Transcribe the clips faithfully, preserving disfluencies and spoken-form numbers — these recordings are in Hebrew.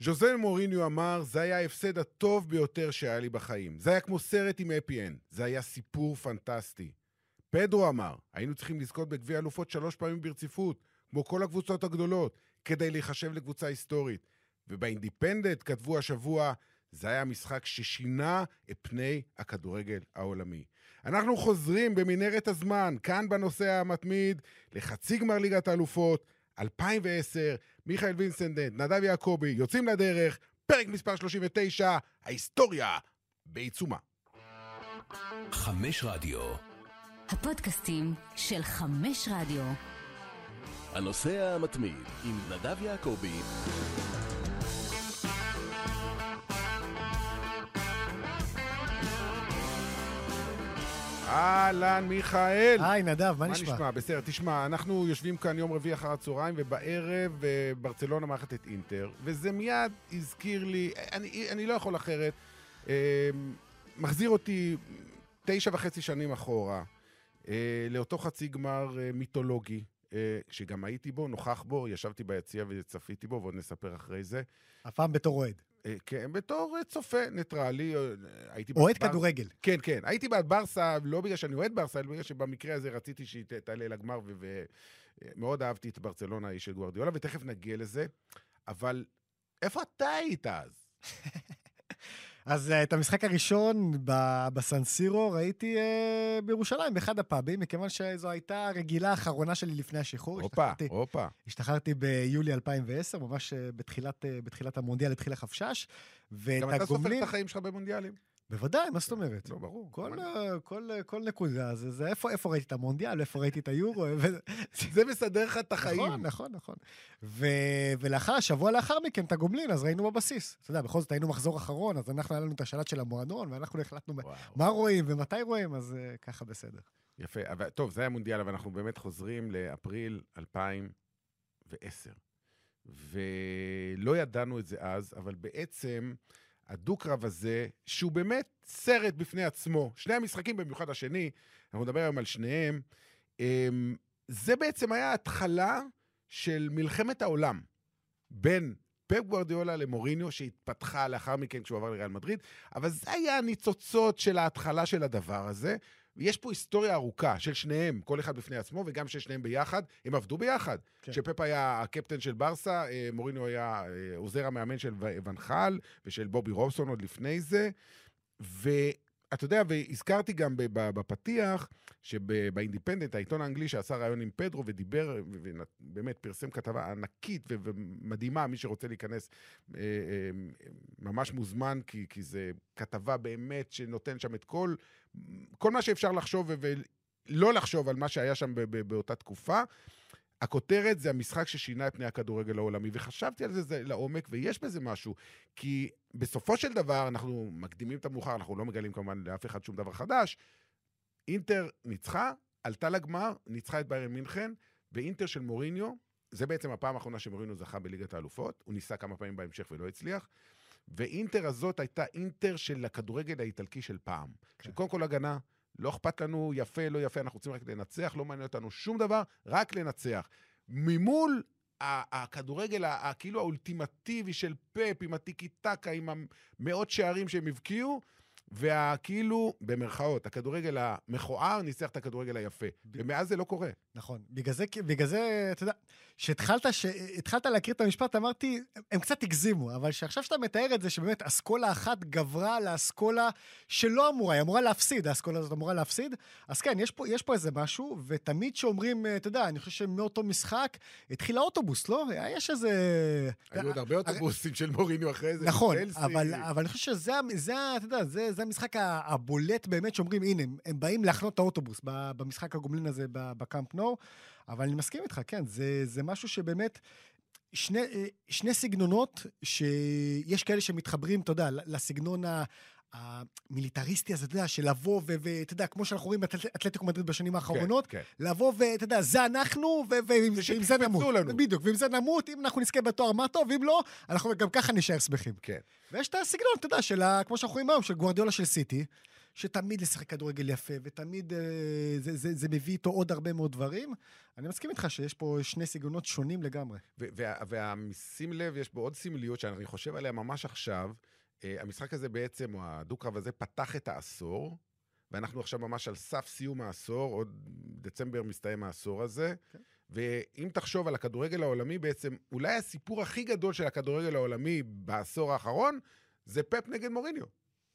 ז'וזה מוריניו אמר, זה היה ההפסד הטוב ביותר שהיה לי בחיים. זה היה כמו סרט עם אפי אנד. זה היה סיפור פנטסטי. פדרו אמר, היינו צריכים לזכות בגביע אלופות שלוש פעמים ברציפות, כמו כל הקבוצות הגדולות, כדי להיחשב לקבוצה היסטורית. ובאינדיפנדנט כתבו השבוע, זה היה משחק ששינה את פני הכדורגל העולמי. אנחנו חוזרים במנהרת הזמן, כאן בנושא המתמיד, לחצי גמר ליגת האלופות, אלפיים ועשר, מיכאל וינסנדנט, נדב יעקבי, יוצאים לדרך, פרק מספר שלושים ותשע, ההיסטוריה בעיצומה. חמש רדיו. הפודקאסטים של חמש רדיו. הנושא המתמיד עם נדב יעקבי. אהלן מיכאל. היי נדב, מה נשמע? מה נשמע? בסדר, תשמע, אנחנו יושבים כאן יום רביעי אחר הצהריים, ובערב ברצלונה מארחת את אינטר, וזה מיד הזכיר לי, אני, אני לא יכול אחרת, מחזיר אותי תשע וחצי שנים אחורה, לאותו חצי גמר מיתולוגי, שגם הייתי בו, נוכח בו, ישבתי ביציע וצפיתי בו, ועוד נספר אחרי זה. הפעם בתור אוהד. כן, בתור צופה ניטרלי. אוהד כדורגל. כן, כן. הייתי בעד ברסה, לא בגלל שאני אוהד ברסה, אלא בגלל שבמקרה הזה רציתי שהיא תעלה לגמר, ומאוד אהבתי את ברצלונה, האיש של גוארדיולה, ותכף נגיע לזה. אבל איפה אתה היית אז? אז את המשחק הראשון בסנסירו ראיתי בירושלים, באחד הפאבים, מכיוון שזו הייתה הרגילה האחרונה שלי לפני השחרור. הופה, הופה. השתחררתי ביולי אלפיים ועשר, ממש בתחילת המונדיאל, התחיל החפשש. גם אתה סופר את החיים שלך במונדיאלים? בוודאי, מה זאת אומרת? לא, ברור. כל נקודה, זה איפה ראיתי את המונדיאל, איפה ראיתי את היורו. זה מסדר לך את החיים. נכון, נכון, נכון. ולאחר, שבוע לאחר מכן, את הגומלין, אז ראינו בבסיס. אתה יודע, בכל זאת היינו מחזור אחרון, אז אנחנו היה לנו את השלט של המועדון, ואנחנו החלטנו מה רואים ומתי רואים, אז ככה בסדר. יפה, טוב, זה היה מונדיאל, אבל אנחנו באמת חוזרים לאפריל אלפיים ועשר. ולא ידענו את זה אז, אבל בעצם הדו-קרב הזה, שהוא באמת סרט בפני עצמו, שני המשחקים במיוחד השני, אנחנו נדבר היום על שניהם, זה בעצם היה ההתחלה של מלחמת העולם, בין פפ גוארדיולה למוריניו, שהתפתחה לאחר מכן כשהוא עבר לריאל מדריד, אבל זה היה הניצוצות של ההתחלה של הדבר הזה, ויש פה היסטוריה ארוכה של שניהם, כל אחד בפני עצמו, וגם של שניהם ביחד, הם עבדו ביחד. כן. שפפ היה הקפטן של ברסה, מוריניו היה עוזר המאמן של ונחל, ושל בובי רובסון עוד לפני זה, ואתה יודע, והזכרתי גם בפתיח, שבאינדיפנדנט, העיתון האנגלי שעשה רעיון עם פדרו, ודיבר, ובאמת פרסם כתבה ענקית ומדהימה, מי שרוצה להיכנס ממש מוזמן, כי, כי זה כתבה באמת שנותן שם את כל, כל מה שאפשר לחשוב ולא לחשוב על מה שהיה שם באותה תקופה. הכותרת זה המשחק ששינה את פני הכדורגל העולמי, וחשבתי על זה, זה לעומק, ויש בזה משהו, כי בסופו של דבר אנחנו מקדימים את המאוחר, אנחנו לא מגלים כמובן לאף אחד שום דבר חדש, אינטר ניצחה, עלתה לגמר, ניצחה את ביירן מינכן, ואינטר של מוריניו, זה בעצם הפעם האחרונה שמוריניו זכה בליגת האלופות, הוא ניסה כמה פעמים בהמשך ולא הצליח, ואינטר הזאת הייתה אינטר של הכדורגל האיטלקי של פעם, okay. שקודם כל הגנה, לא אכפת לנו יפה, לא יפה, אנחנו רוצים רק לנצח, לא מעניין אותנו שום דבר, רק לנצח. ממול הכדורגל כאילו האולטימטיבי של פפ, עם הטיקי-טקה, עם המאות שערים שהם הבקיעו, והכאילו, במרכאות, הכדורגל המכוער ניצח את הכדורגל היפה. ומאז זה לא קורה. נכון. בגלל זה, בגלל זה, אתה יודע, שהתחלת, שהתחלת להקריא את המשפט, אמרתי, הם קצת הגזימו, אבל שעכשיו שאתה מתאר את זה, שבאמת אסכולה אחת גברה לאסכולה שלא אמורה, היא אמורה להפסיד, האסכולה הזאת אמורה להפסיד, אז כן, יש פה, יש פה איזה משהו, ותמיד שאומרים, אתה יודע, אני חושב שמאותו משחק, התחיל האוטובוס, לא? יש איזה... היו עוד הרבה אוטובוסים של מוריניו אחרי זה. נכון, אבל, אבל אני חושב שזה, זה, אתה יודע, זה, זה המשחק הבולט באמת שאומרים, הנה, הם באים להחנות את האוטובוס במשחק הגומלין הזה בקאמפ נו, אבל אני מסכים איתך, כן, זה, זה משהו שבאמת, שני, שני סגנונות, שיש כאלה שמתחברים, אתה יודע, לסגנון המיליטריסטי הזה, אתה יודע, של לבוא, ואתה יודע, כמו שאנחנו רואים באתלטיקו מדריד בשנים האחרונות, כן, כן. לבוא, ואתה יודע, זה אנחנו, ועם זה נמות. לנו. בדיוק, ועם זה נמות, אם אנחנו נזכה בתואר מה טוב, אם לא, אנחנו גם ככה נשאר שמחים. כן. ויש את הסגנון, אתה יודע, של, כמו שאנחנו רואים היום, של גוארדיולה של סיטי, שתמיד לשחק כדורגל יפה, ותמיד אה, זה, זה, זה מביא איתו עוד הרבה מאוד דברים. אני מסכים איתך שיש פה שני סגנונות שונים לגמרי. ושים לב, יש בו עוד סמליות שאני חושב עליה ממש עכשיו. המשחק הזה בעצם, או הדו-קרב הזה, פתח את העשור, ואנחנו עכשיו ממש על סף סיום העשור, עוד דצמבר מסתיים העשור הזה, okay. ואם תחשוב על הכדורגל העולמי, בעצם אולי הסיפור הכי גדול של הכדורגל העולמי בעשור האחרון, זה פפ נגד מוריניו.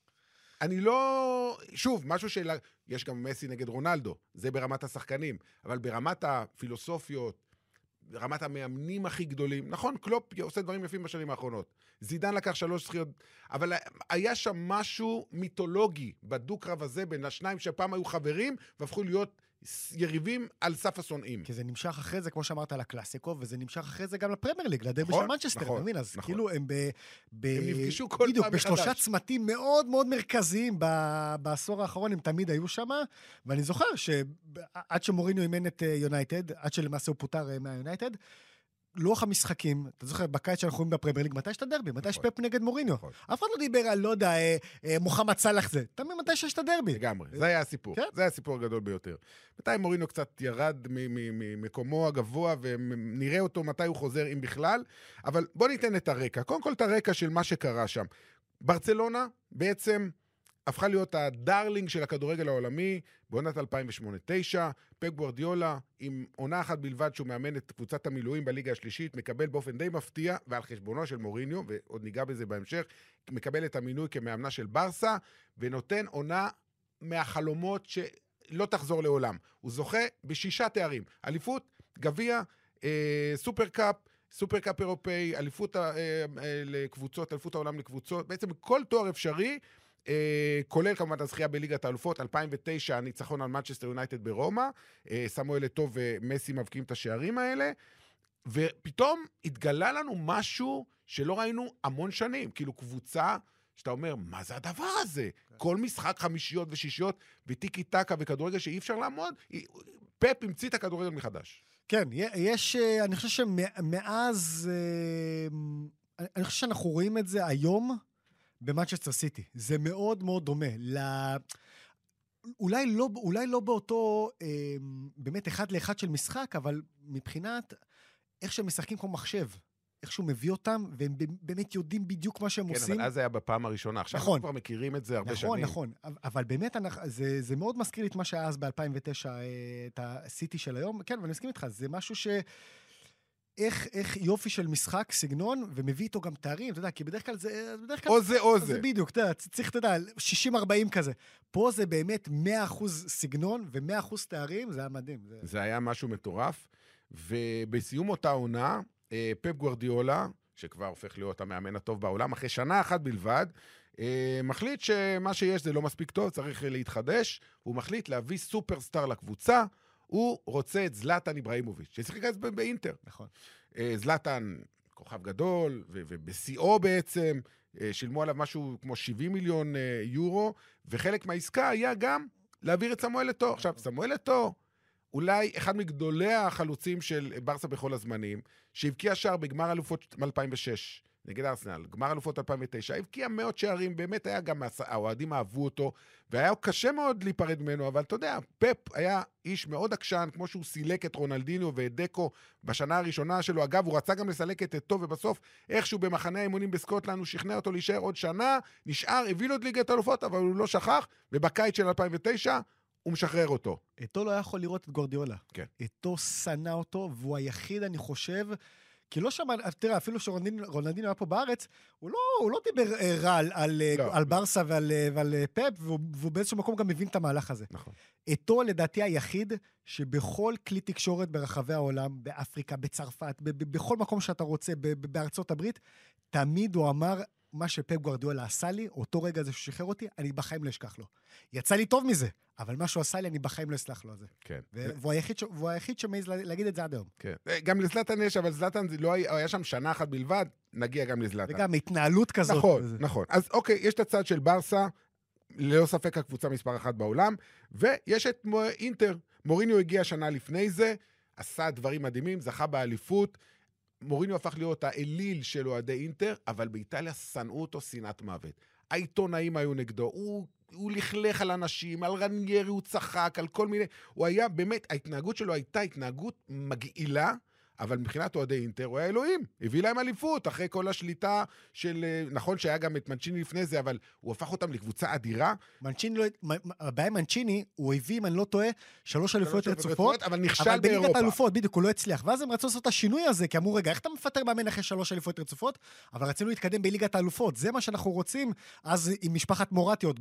אני לא... שוב, משהו של... יש גם מסי נגד רונלדו, זה ברמת השחקנים, אבל ברמת הפילוסופיות, ברמת המאמנים הכי גדולים, נכון, קלופ עושה דברים יפים בשנים האחרונות, זידן לקח שלוש זכיות, אבל היה שם משהו מיתולוגי בדו-קרב הזה, בין השניים שפעם היו חברים, והפכו להיות יריבים על סף השונאים. כי זה נמשך אחרי זה, כמו שאמרת על הקלאסיקו, וזה נמשך אחרי זה גם לפרמייר ליג, לדרבי של מנצ'סטר, אתה מבין? אז כאילו הם ב... הם נפגשו כל פעם מחדש. בדיוק, בשלושה צמתים מאוד מאוד מרכזיים בעשור האחרון, הם תמיד היו שם, ואני זוכר שעד שמוריניו אימן את יונייטד, עד שלמעשה הוא פוטר מהיונייטד, לוח המשחקים, אתה זוכר, בקיץ שאנחנו רואים בפרמייר ליג, מתי יש את הדרבי? מתי יש פפ נגד מוריניו? אף אחד לא דיבר על, לא יודע, מוחמד סלאח זה. תמיד מתי שיש את הדרבי. לגמרי, זה היה הסיפור. זה היה הסיפור הגדול ביותר. מתי מוריניו קצת ירד ממקומו הגבוה, ונראה אותו מתי הוא חוזר, אם בכלל. אבל בוא ניתן את הרקע. קודם כל את הרקע של מה שקרה שם. ברצלונה בעצם הפכה להיות הדרלינג של הכדורגל העולמי, בעונת אלפיים ושמונה תשע, פפ גוארדיולה, עם עונה אחת בלבד שהוא מאמן את קבוצת המילואים בליגה השלישית, מקבל באופן די מפתיע, ועל חשבונו של מוריניו, ועוד ניגע בזה בהמשך, מקבל את המינוי כמאמנה של ברסה, ונותן עונה מהחלומות שלא תחזור לעולם. הוא זוכה בשישה תארים, אליפות, גביע, אה, סופר קאפ, סופר קאפ אירופאי, אליפות אה, אה, לקבוצות, אליפות העולם לקבוצות, בעצם כל תואר אפשרי, Uh, כולל כמובן הזכייה בליגת האלופות, אלפיים ותשע הניצחון על מנצ'סטר יונייטד ברומא, uh, סמואל אתו ומסי מבקיעים את השערים האלה, ופתאום התגלה לנו משהו שלא ראינו המון שנים, כאילו קבוצה שאתה אומר, מה זה הדבר הזה? כל משחק חמישיות ושישיות, וטיקי טקה וכדורגל שאי אפשר לעמוד, פפ המציא את הכדורגל מחדש. כן, יש, אני חושב שמאז, אני חושב שאנחנו רואים את זה היום, במנצ'סטר סיטי. זה מאוד מאוד דומה. ל... אולי, לא, אולי לא באותו, אה, באמת אחד לאחד של משחק, אבל מבחינת איך שהם משחקים כמו מחשב, איך שהוא מביא אותם, והם באמת יודעים בדיוק מה שהם כן, עושים. כן, אבל אז זה היה בפעם הראשונה. עכשיו נכון. אנחנו כבר מכירים את זה הרבה נכון, שנים. נכון, נכון. אבל באמת זה, זה מאוד מזכיר לי את מה שהיה אז ב-אלפיים ותשע, את הסיטי של היום. כן, ואני מסכים איתך, זה משהו ש... איך, איך יופי של משחק, סגנון, ומביא איתו גם תארים, אתה יודע, כי בדרך כלל זה... בדרך כלל, או זה או זה. זה בדיוק, אתה יודע, צריך, אתה יודע, שישים ארבעים כזה. פה זה באמת מאה אחוז סגנון, ו-מאה אחוז תארים, זה היה מדהים. זה... זה היה משהו מטורף, ובסיום אותה עונה, פפ גוארדיולה, שכבר הופך להיות המאמן הטוב בעולם, אחרי שנה אחת בלבד, מחליט שמה שיש זה לא מספיק טוב, צריך להתחדש, הוא מחליט להביא סופרסטאר לקבוצה, הוא רוצה את זלאטן איברהימוביץ', ששיחק אז באינטר. נכון. זלאטן, כוכב גדול, ובשיאו בעצם, שילמו עליו משהו כמו שבעים מיליון יורו, וחלק מהעסקה היה גם להעביר את סמואל אתו. עכשיו, סמואל אתו, אולי אחד מגדולי החלוצים של ברסה בכל הזמנים, שהבקיע שער בגמר אלופות אלפיים ושש, נגד ארסנל, גמר אלופות אלפיים ותשע, הבקיע מאות שערים, באמת היה גם, האוהדים אהבו אותו, והיה קשה מאוד להיפרד ממנו, אבל אתה יודע, פפ היה איש מאוד עקשן, כמו שהוא סילק את רונלדיניו ואת דקו בשנה הראשונה שלו, אגב, הוא רצה גם לסלק את אתו, ובסוף, איכשהו במחנה האימונים בסקוטלנד, הוא שכנע אותו להישאר עוד שנה, נשאר, הביא לו את ליגת האלופות, אבל הוא לא שכח, ובקיץ של אלפיים ותשע, הוא משחרר אותו. אתו לא יכול לראות את גוארדיולה. כן. אתו שנא אותו, והוא היחיד, אני חושב, כי לא שמע, תראה, אפילו שרונלדינו היה פה בארץ, הוא לא, הוא לא דיבר רע על, על, לא, על ברסה לא. ועל, ועל פפ, והוא, והוא באיזשהו מקום גם מבין את המהלך הזה. נכון. אתו לדעתי היחיד שבכל כלי תקשורת ברחבי העולם, באפריקה, בצרפת, ב, ב, בכל מקום שאתה רוצה, ב, ב, בארצות הברית, תמיד הוא אמר, מה שפפ גוארדיולה עשה לי, אותו רגע הזה ששחרר אותי, אני בחיים לא אשכח לו. יצא לי טוב מזה, אבל מה שהוא עשה לי, אני בחיים לא אסלח לו על זה. כן. והוא היחיד, והוא היחיד שמעז להגיד את זה עד היום. כן. גם לזלאטן יש, אבל זלאטן לא היה, היה שם שנה אחת בלבד, נגיע גם לזלאטן. וגם התנהלות כזאת. נכון, נכון. אז אוקיי, יש את הצד של ברסה, ללא ספק הקבוצה מספר אחת בעולם, ויש את אינטר. מוריניו הגיע שנה לפני זה, עשה דברים מדהימים, זכה באליפות, מוריניו הפך להיות האליל של אוהדי אינטר, אבל באיטליה שנאו אותו שנאת מוות. העיתונאים היו נגדו, הוא, הוא לכלך על אנשים, על רניירי הוא צחק, על כל מיני, הוא היה באמת, ההתנהגות שלו הייתה התנהגות מגעילה, אבל מבחינת אוהדי אינטר הוא היה אלוהים, הביא להם אליפות, אחרי כל השליטה של, נכון שהיה גם את מנצ'יני לפני זה, אבל הוא הפך אותם לקבוצה אדירה. מנצ'יני, הבעיה מנצ'יני, הוא הביא, אם אני לא טועה, שלוש אליפויות רצופות, אבל נכשל באירופה. אבל בליגת האלופות, בדיוק, הוא לא הצליח. ואז הם רצו לעשות את השינוי הזה, כי אמרו, רגע, איך אתה מפטר מאמן אחרי שלוש אליפויות רצופות? אבל רצינו להתקדם בליגת האלופות, זה מה שאנחנו רוצים, אז עם משפחת מורטיות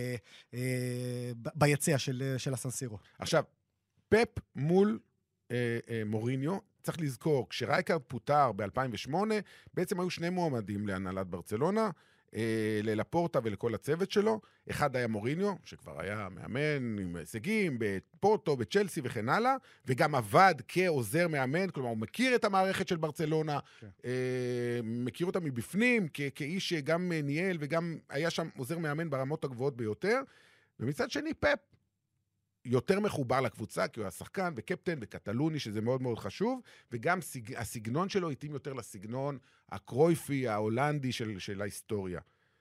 ביציע של הסנסירו. עכשיו, פפ מול מוריניו, צריך לזכור, כשרייקארד פוטר ב-אלפיים ושמונה, בעצם היו שני מועמדים להנהלת ברצלונה, אה, ללפורטה ולכל הצוות שלו. אחד היה מוריניו, שכבר היה מאמן עם הישגים בפורטו, בצ'לסי וכן הלאה, וגם עבד כעוזר מאמן, כלומר הוא מכיר את המערכת של ברצלונה, כן. אה, מכיר אותה מבפנים, כ- כאיש שגם ניהל וגם היה שם עוזר מאמן ברמות הגבוהות ביותר, ומצד שני פפ, יותר מחובר לקבוצה, כי הוא השחקן וקפטן וקטלוני, שזה מאוד מאוד חשוב, וגם סג... הסגנון שלו התאים יותר לסגנון הקרויפי, ההולנדי של, של ההיסטוריה.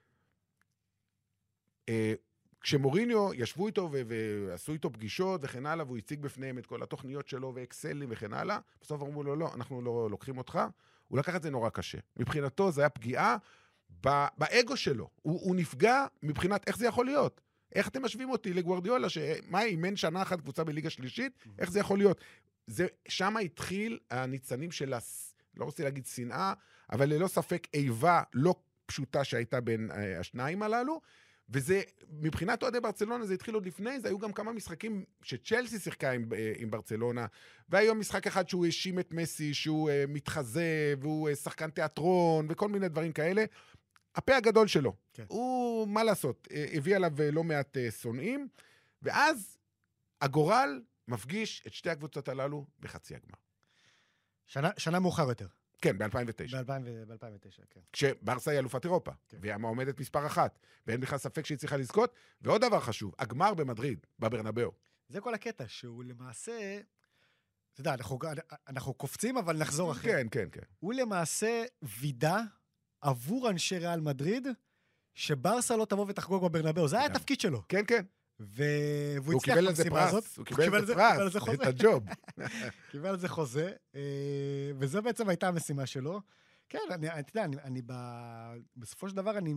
אה, כשמוריניו ישבו איתו ו... ועשו איתו פגישות וכן הלאה, והוא הציג בפניהם את כל התוכניות שלו ואקסלים וכן הלאה, בסוף אמרו לו, לא, אנחנו לא לוקחים אותך, הוא לקח את זה נורא קשה. מבחינתו זה היה פגיעה ב... באגו שלו. הוא, הוא נפגע מבחינת איך זה יכול להיות. איך אתם משווים אותי לגוארדיולה, שמה, אימן שנה אחת קבוצה בליגה שלישית? איך זה יכול להיות? זה, שמה התחיל הניצנים של, הס, לא רוצה להגיד שנאה, אבל ללא ספק איבה לא פשוטה שהייתה בין אה, השניים הללו, וזה, מבחינת אוהדי ברצלונה, זה התחיל עוד לפני, זה היו גם כמה משחקים שצ'לסי שיחקה עם, אה, עם ברצלונה, והיום משחק אחד שהוא האשים את מסי, שהוא אה, מתחזה, והוא אה, שחקן תיאטרון, וכל מיני דברים כאלה, הפה הגדול שלו, כן. הוא, מה לעשות, הביא עליו לא מעט שונאים, ואז הגורל מפגיש את שתי הקבוצות הללו בחצי הגמר. שנה, שנה מאוחר יותר. כן, ב-אלפיים ותשע. ב-אלפיים ותשע, כן. כשברסה היא אלופת אירופה, כן. והמועמדת מספר אחת, ואין בכלל ספק שהיא צריכה לזכות, ועוד דבר חשוב, הגמר במדריד, בברנבאו. זה כל הקטע, שהוא למעשה, אתה יודע, אנחנו, אנחנו קופצים, אבל נחזור אחרי. כן, כן, כן. הוא למעשה וידא, עבור אנשי ריאל מדריד, שברסה לא תבוא ותחגוג בברנבאו. זה היה התפקיד שלו. כן, כן. והוא הצליח במשימה הזאת. הוא קיבל את זה פרס, את הג'וב. קיבל את זה חוזה, וזו בעצם הייתה המשימה שלו. כן, אתה יודע, אני בסופו של דבר, אני...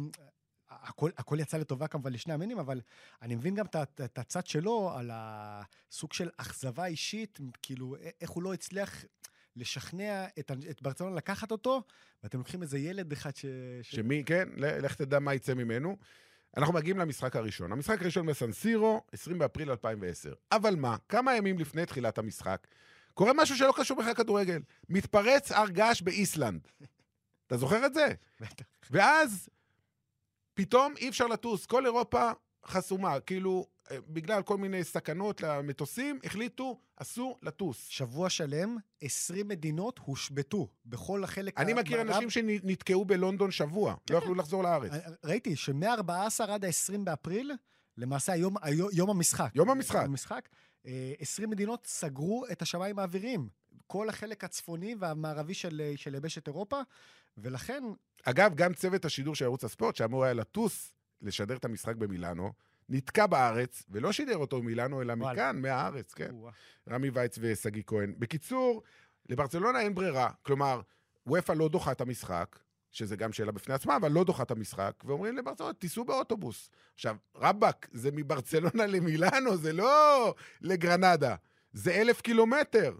הכל יצא לטובה כמובן לשני המינים, אבל אני מבין גם את הצד שלו על הסוג של אכזבה אישית, כאילו, איך הוא לא הצליח... לשכנע את, את ברצלונה לקחת אותו, ואתם לוקחים איזה ילד אחד ש... שמי, כן, לך תדע מה יצא ממנו. אנחנו מגיעים למשחק הראשון. המשחק הראשון בסנסירו, עשרים באפריל אלפיים ועשר. אבל מה, כמה ימים לפני תחילת המשחק, קורה משהו שלא קשור בכלל כדורגל. מתפרץ הר געש באיסלנד. אתה זוכר את זה? בטח. ואז, פתאום אי אפשר לטוס. כל אירופה חסומה. כאילו, בגלל כל מיני סכנות למטוסים, החליטו, אסור לטוס. שבוע שלם, עשרים מדינות הושבתו, בכל החלק... אני מכיר אנשים שנתקעו בלונדון שבוע, לא יכלו לחזור לארץ. ראיתי שמ-ארבעה עשר עד ה-עשרים באפריל, למעשה היום, יום המשחק. יום המשחק. יום המשחק, עשרים מדינות סגרו את השמיים האוויריים. כל החלק הצפוני והמערבי של, של יבשת אירופה, ולכן... אגב, גם צוות השידור של ערוץ הספורט, שאמור היה לטוס, לשדר את המשחק במילאנו, נתקע בארץ, ולא שידר אותו מילאנו, אלא מכאן, מהארץ, כן. רמי וייץ וסגי כהן. בקיצור, לברצלונה אין ברירה, כלומר, וופא לא דוחה את המשחק, שזה גם שאלה בפני עצמה, אבל לא דוחה את המשחק, ואומרים לברצלונה, תיסעו באוטובוס. עכשיו, רבק, זה מברצלונה למילאנו, זה לא לגרנדה, זה אלף קילומטר.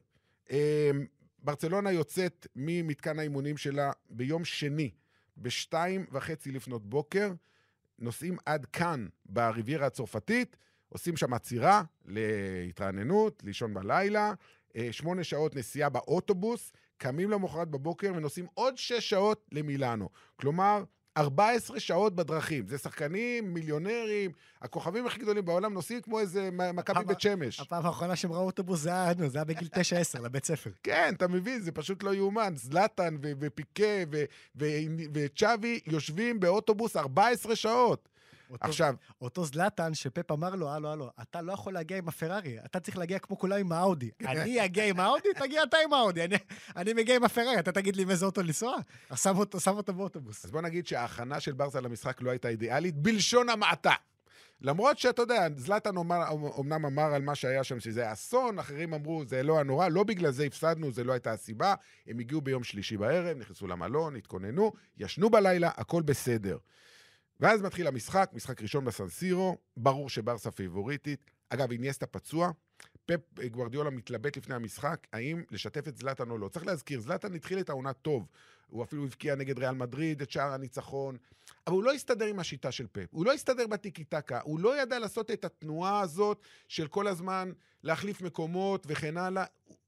ברצלונה יוצאת ממתקן האימונים שלה ביום שני, בשתיים וחצי לפנות בוקר, נוסעים עד כאן בריביירה הצרפתית, עושים שם עצירה להתרעננות, לישון בלילה, שמונה שעות נסיעה באוטובוס, קמים למחרת בבוקר ונוסעים עוד שש שעות למילאנו. כלומר, ארבע עשרה שעות בדרכים. זה שחקנים, מיליונרים, הכוכבים הכי גדולים בעולם נוסעים כמו איזה מכבי בית שמש. הפעם האחרונה שהם ראו אוטובוס זה היה בגיל תשע עשר לבית ספר. כן, אתה מבין, זה פשוט לא יאומן. זלטן ופיקה וצ'אבי יושבים באוטובוס ארבע עשרה שעות. עכשיו... אותו זלטן שפפ אמר לו, הלו, הלו, אתה לא יכול להגיע עם הפרארי, אתה צריך להגיע כמו כולם עם האאודי. אני אגיע עם האאודי, תגיע אתה עם האאודי. אני מגיע עם הפרארי, אתה תגיד לי עם איזה אוטו לנסוע? שם אותו באוטובוס. אז בוא נגיד שההכנה של ברסה למשחק לא הייתה אידיאלית, בלשון המעטה. למרות שאתה יודע, זלטן אומנם אמר על מה שהיה שם, שזה אסון, אחרים אמרו, זה לא הנורא, לא בגלל זה הפסדנו, זה לא הייתה הסיבה. הם הגיעו ביום שלישי בערב, נכנסו למלון, התכוננו, ישנו בלילה, הכל בסדר. ואז מתחיל המשחק, משחק ראשון בסנסירו, ברור שברסה פייבוריטית. אגב, אינייסטה פצוע, פפ גוארדיולה מתלבט לפני המשחק, האם לשתף את זלטן או לא. צריך להזכיר, זלטן התחיל את העונה טוב, הוא אפילו הבקיע נגד ריאל מדריד, את שער הניצחון, אבל הוא לא הסתדר עם השיטה של פפ, הוא לא הסתדר בטיקי-טקה, הוא לא ידע לעשות את התנועה הזאת של כל הזמן להחליף מקומות וכן הלאה,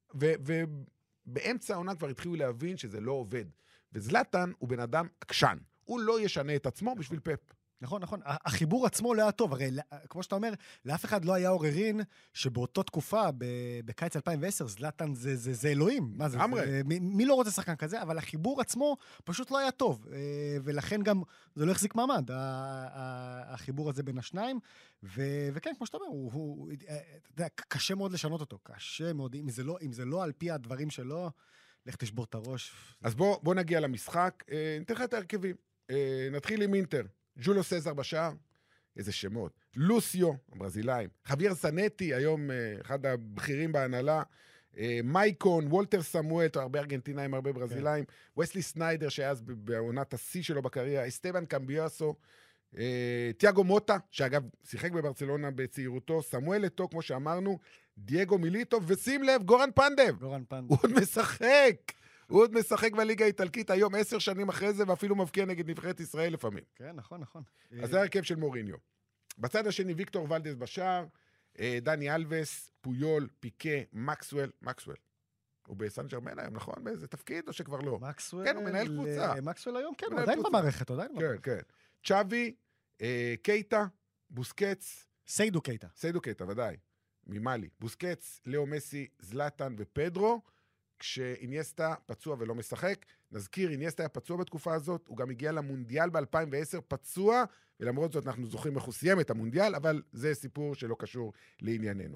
ובאמצע העונה כבר התחילו להבין שזה לא עובד. וזלטן הוא בן אדם עקשן, הוא לא ישנה את עצמו בשביל פפ. נכון, נכון. החיבור עצמו לא היה טוב. הרי, כמו שאתה אומר, לאף אחד לא היה עוררין שבאותו תקופה, בקיץ אלפיים ועשר, זלטן זה, זה, זה אלוהים. מה זה? זה, מי, מי לא רוצה שחקן כזה? אבל החיבור עצמו פשוט לא היה טוב. ולכן גם זה לא החזיק מעמד, החיבור הזה בין השניים. ו, וכן, כמו שאתה אומר, הוא, הוא, אתה יודע, קשה מאוד לשנות אותו. קשה מאוד. אם זה לא, אם זה לא על פי הדברים שלו, לך תשבור את הראש. אז בוא, בוא נגיע למשחק. ניתן לך את ההרכבים. נתחיל עם אינטר. ג'וליו סזר בשער, איזה שמות. לוסיו, הברזילאים. חוויאר סנטי, היום אחד הבכירים בהנהלה. מייקון, וולטר סמואל, הרבה ארגנטינאים, הרבה ברזילאים. Okay. וסלי סניידר, שהיה אז בעונת השיא שלו בקריירה. אסטבן קמביאסו. תיאגו מוטה, שאגב שיחק בברצלונה בצעירותו. סמואל אתו, כמו שאמרנו. דייגו מיליטו, ושים לב, גורן פנדב. גורן פנדב. הוא עוד משחק. הוא עוד משחק בליגה האיטלקית היום עשר שנים אחרי זה, ואפילו מבקיע נגד נבחרת ישראל לפעמים. כן, נכון, נכון. אז זה הרכב של מוריניו. בצד השני, ויקטור ולדס בשער, דני אלבס, פויול, פיקה, מקסואל, מקסואל. הוא בסן ג'רמן היום, נכון? באיזה תפקיד או שכבר לא? מקסואל... כן, הוא מנהל קבוצה. מקסואל היום, כן, הוא עדיין במערכת, עדיין במערכת. כן, כן. צ'אבי, קייטה, בוסקץ. סיידו קייטה. סיידו קייטה, ודאי. ממאלי. בוסקץ, לאו מסי, זלטן ופדרו. כשאינייסטה פצוע ולא משחק. נזכיר, אינייסטה היה פצוע בתקופה הזאת, הוא גם הגיע למונדיאל ב-אלפיים ועשר פצוע, ולמרות זאת אנחנו זוכרים איך הוא סיים את המונדיאל, אבל זה סיפור שלא קשור לענייננו.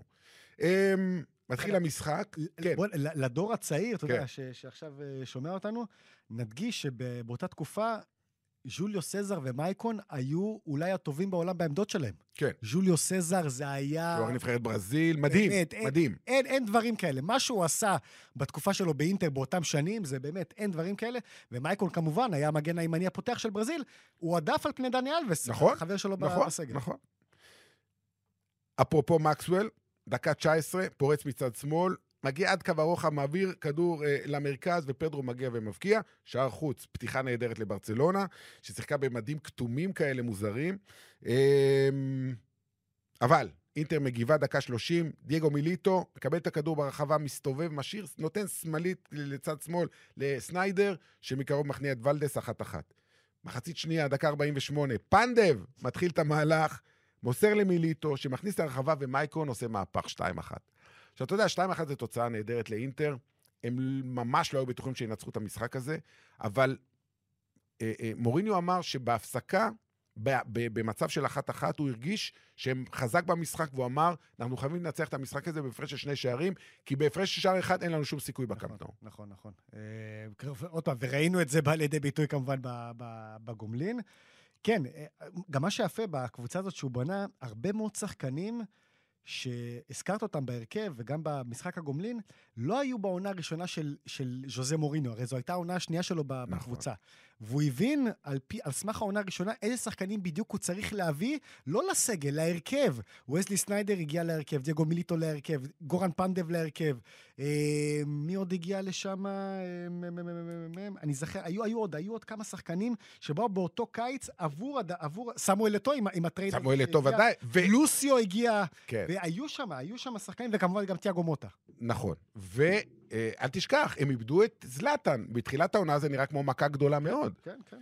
מתחיל המשחק. לדור הצעיר, אתה יודע, שעכשיו שומע אותנו, נדגיש שבאותה תקופה, ז'וליו סזר ומייקון היו אולי הטובים בעולם בעמדות שלהם. כן. ז'וליו סזר זה היה... הוא נבחרת ברזיל, מדהים, באמת, מדהים. אין, אין, אין דברים כאלה. מה שהוא עשה בתקופה שלו באינטר באותם שנים, זה באמת, אין דברים כאלה. ומייקון כמובן היה המגן הימני הפותח של ברזיל, הוא עדף על פני דני אלבס, נכון, החבר שלו נכון, בסגל. נכון. אפרופו מקסואל, דקה תשע עשרה, פורץ מצד שמאל, מגיע עד קו הרוחב, מעביר כדור אה, למרכז, ופדרו מגיע ומבקיע. שער חוץ, פתיחה נהדרת לברצלונה, ששיחקה במדים כתומים כאלה מוזרים. אה, אבל, אינטר מגיבה דקה שלושים, דייגו מיליטו, מקבל את הכדור ברחבה, מסתובב, משאיר, נותן שמאלית לצד שמאל לסניידר, שמקרוב מכניע את ולדס אחת אחת. מחצית שנייה, דקה ארבעים ושמונה, פנדב מתחיל את המהלך, מוסר למיליטו, שמכניס את הרחבה, ומייקון עושה מהפך שתיים אחת. עכשיו, אתה יודע, שתיים אחת זה תוצאה נהדרת לאינטר, הם ממש לא היו בטוחים שינצחו את המשחק הזה, אבל אה, אה, מוריניו אמר שבהפסקה, ב, ב, במצב של אחת אחת, הוא הרגיש שהם חזק במשחק, והוא אמר, אנחנו חייבים לנצח את המשחק הזה בהפרש של שני שערים, כי בהפרש של שער אחד אין לנו שום סיכוי בקאמפ נו. נכון, נכון. אה, עוד פעם, וראינו את זה בא לידי ביטוי כמובן בגומלין. כן, גם מה שיפה בקבוצה הזאת שהוא בנה, הרבה מאוד שחקנים, שהזכרת אותם בהרכב וגם במשחק הגומלין, לא היו בעונה הראשונה של, של ז'וזה מוריניו, הרי זו הייתה העונה השנייה שלו בקבוצה. נכון. והוא הבין על, פי, על סמך העונה הראשונה איזה שחקנים בדיוק הוא צריך להביא, לא לסגל, להרכב. וסלי סניידר הגיע להרכב, דייגו מיליטו להרכב, גורן פנדב להרכב. אה, מי עוד הגיע לשם? אה, אני זוכר, היו, היו עוד, היו עוד כמה שחקנים שבאו באותו קיץ עבור, עבור סמואל אתו עם, עם הטרייד. סמואל אתו ודאי. ולוסיו הגיע. כן. והיו שם, היו שם שחקנים, וכמובן גם תיאגו מוטה. נכון. ואל תשכח, הם איבדו את זלטן. בתחילת העונה זה נראה כמו מכה גדולה מאוד. כן, כן.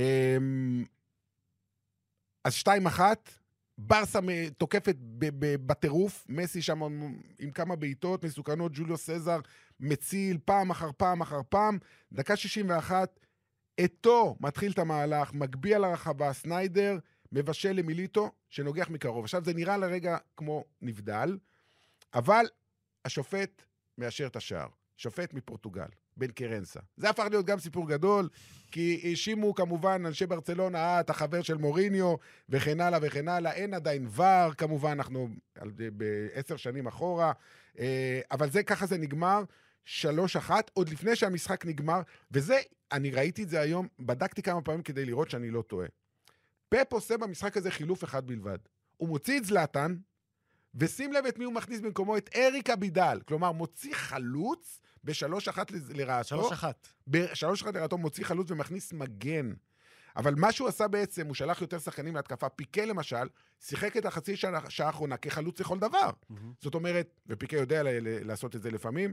אז שתיים אחת, ברסה תוקפת בטירוף, מסי שם עם כמה בעיטות מסוכנות, ג'וליו סזר מציל פעם אחר פעם אחר פעם, דקה שישים ואחת, אתו מתחיל את המהלך, מגביע לרחבה, סניידר, מבשל למיליטו, שנוגח מקרוב. עכשיו, זה נראה לרגע כמו נבדל, אבל השופט מאשר את השער. שופט מפורטוגל, בן קרנסה. זה הפך להיות גם סיפור גדול, כי האשימו כמובן אנשי ברצלונה, אה, אתה חבר של מוריניו, וכן הלאה וכן הלאה. אין עדיין ור, כמובן, אנחנו בעשר שנים אחורה, אבל זה, ככה זה נגמר, שלוש אחת, עוד לפני שהמשחק נגמר, וזה, אני ראיתי את זה היום, בדקתי כמה פעמים כדי לראות שאני לא טועה. פפ עושה במשחק הזה חילוף אחד בלבד. הוא מוציא את זלאטן, ושים לב את מי הוא מכניס במקומו, את אריק אבידל. כלומר, מוציא חלוץ בשלוש אחת לרעתו. שלוש אחת. בשלוש אחת לרעתו מוציא חלוץ ומכניס מגן. אבל מה שהוא עשה בעצם, הוא שלח יותר שחקנים להתקפה. פיקה למשל, שיחק את החצי שעה האחרונה כחלוץ לכל דבר. Mm-hmm. זאת אומרת, ופיקה יודע ל- ל- לעשות את זה לפעמים,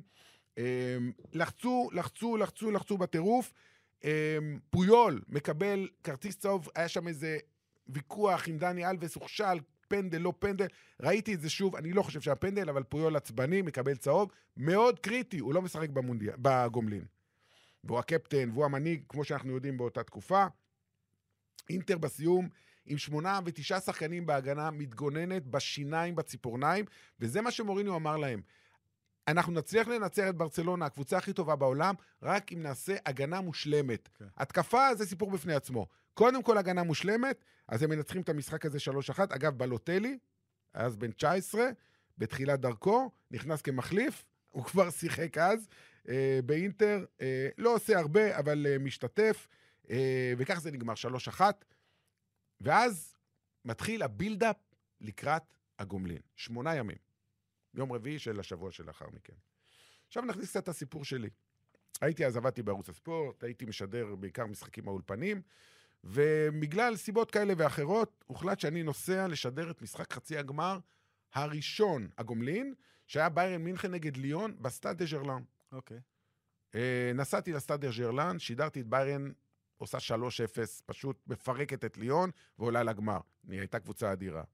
לחצו, לחצו, לחצו, לחצו בטירוף. פויול מקבל כרטיס צהוב, היה שם איזה ויכוח עם דני אלבס, הוכשל, פנדל, לא פנדל, ראיתי את זה שוב, אני לא חושב שהיה פנדל, אבל פויול עצבני, מקבל צהוב, מאוד קריטי, הוא לא משחק במונדיאל, בגומלין. והוא הקפטן, והוא המנהיג, כמו שאנחנו יודעים באותה תקופה. אינטר בסיום, עם שמונה ותשעה שחקנים בהגנה, מתגוננת בשיניים, בציפורניים, וזה מה שמוריניו אמר להם. אנחנו נצליח לנצח את ברצלונה, הקבוצה הכי טובה בעולם, רק אם נעשה הגנה מושלמת. Okay. התקפה זה סיפור בפני עצמו. קודם כל הגנה מושלמת, אז הם מנצחים את המשחק הזה שלוש אחת. אגב, בלוטלי, אז בן תשע עשרה, בתחילת דרכו, נכנס כמחליף, הוא כבר שיחק אז, אה, באינטר, אה, לא עושה הרבה, אבל אה, משתתף, אה, וכך זה נגמר שלוש אחת, ואז מתחיל הבילדאפ לקראת הגומלין. שמונה ימים. יום רביעי של השבוע שלאחר מכן. עכשיו נכניס קצת את הסיפור שלי. הייתי אז, עבדתי בערוץ הספורט, הייתי משדר בעיקר משחקים האולפנים, ובגלל סיבות כאלה ואחרות, הוחלט שאני נוסע לשדר את משחק חצי הגמר הראשון, הגומלין, שהיה ביירן מינכן נגד ליון בסטאד דה ז'רלן. אוקיי. נסעתי לסטאד דה ז'רלן, שידרתי את ביירן, עושה שלוש אפס, פשוט מפרקת את ליון, ועולה לגמר. היא הייתה קבוצה אדירה.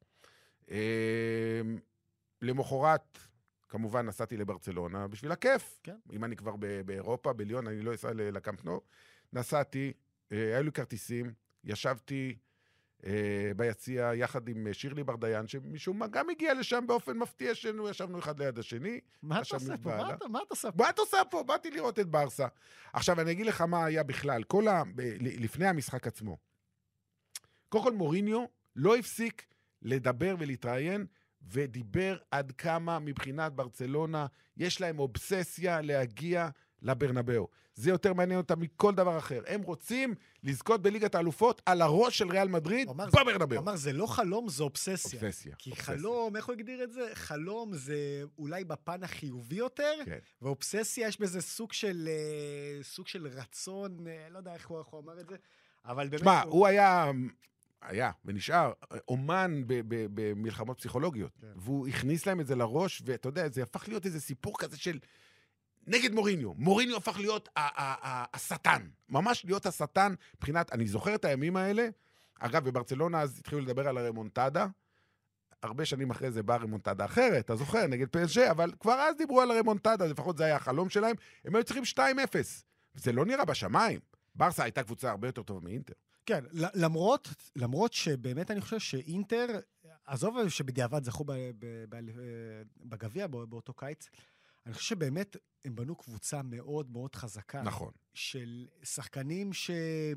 למחרת, כמובן, נסעתי לברצלונה, בשביל הכיף. כן. אם אני כבר באירופה, בליון, אני לא אסע לקמפ נו. נסעתי, היו לי כרטיסים, ישבתי אה, ביציע יחד עם שירלי ברדיין, שמשום מה גם הגיע לשם באופן מפתיע שלנו, ישבנו אחד ליד השני. מה אתה עושה פה? מה אתה, מה אתה עושה פה? מה אתה עושה פה? באתי לראות את ברסה. עכשיו, אני אגיד לך מה היה בכלל. כל ה... ב... לפני המשחק עצמו. קודם כל, מוריניו לא הפסיק לדבר ולהתראיין, ודיבר עד כמה מבחינת ברצלונה יש להם אובססיה להגיע לברנבאו. זה יותר מעניין אותם מכל דבר אחר. הם רוצים לזכות בליגת האלופות על הראש של ריאל מדריד בברנבאו. הוא אמר, זה לא חלום, זה אובססיה. אובססיה. כי אובססיה. חלום, איך הוא הגדיר את זה? חלום זה אולי בפן החיובי יותר, כן. ואובססיה יש בזה סוג של, סוג של רצון, לא יודע איך הוא, איך הוא אמר את זה, אבל באמת... מה, הוא... הוא היה... היה, ונשאר, אומן במלחמות פסיכולוגיות, כן. והוא הכניס להם את זה לראש, ואתה יודע, זה הפך להיות איזה סיפור כזה של נגד מוריניו. מוריניו הפך להיות השטן, ממש להיות השטן, מבחינת, אני זוכר את הימים האלה, אגב, בברצלונה אז התחילו לדבר על הרמונטדה, הרבה שנים אחרי זה באה רמונטדה אחרת, אתה זוכר, נגד פי אס ג'י, אבל כבר אז דיברו על הרמונטדה, לפחות זה היה החלום שלהם, הם היו צריכים שתיים אפס, זה לא נראה בשמיים, ברסה הייתה קבוצה הרבה יותר טובה מאינטר. כן, למרות, למרות שבאמת אני חושב שאינטר, עזוב שבדיעבד זכו בגביע באותו קיץ, אני חושב שבאמת הם בנו קבוצה מאוד מאוד חזקה. נכון. של שחקנים ש...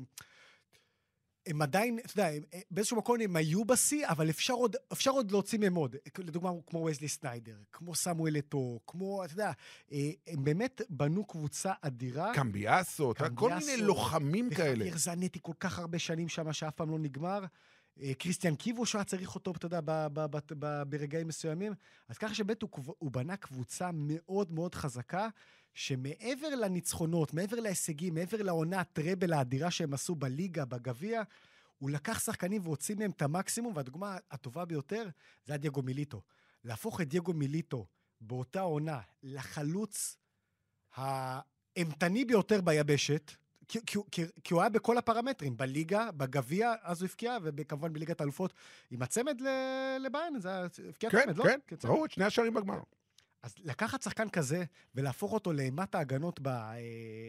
הם עדיין, אתה יודע, הם, באיזשהו מקום הם היו בסי, אבל אפשר עוד, אפשר עוד להוציא מהם עוד. לדוגמה, כמו וזלי סניידר, כמו סמואל אתו, כמו, אתה יודע, הם באמת בנו קבוצה אדירה. קמביאסו, כל מיני לוחמים כאלה. וחביר זנטי כל כך הרבה שנים שם, שאף פעם לא נגמר. קריסטיאן קיבו, שהוא היה צריך אותו, אתה יודע, ברגעים מסוימים. אז ככה שבאמת הוא, הוא בנה קבוצה מאוד מאוד חזקה, שמעבר לניצחונות, מעבר להישגים, מעבר לעונה הטראבל האדירה שהם עשו בליגה, בגביע, הוא לקח שחקנים והוציא מהם את המקסימום, והדוגמה הטובה ביותר זה דייגו מיליטו. להפוך את דייגו מיליטו באותה עונה לחלוץ האמתני ביותר ביבשת, כי, כי, כי, כי הוא היה בכל הפרמטרים, בליגה, בגביע, אז הוא הפקיע, וכמובן בליגת האלופות, עם הצמד לביירן, זה הפקיע כן, צמד, כן, לא? כן, ראו את שני השערים בגמר. אז לקחת שחקן כזה, ולהפוך אותו לאימת ההגנות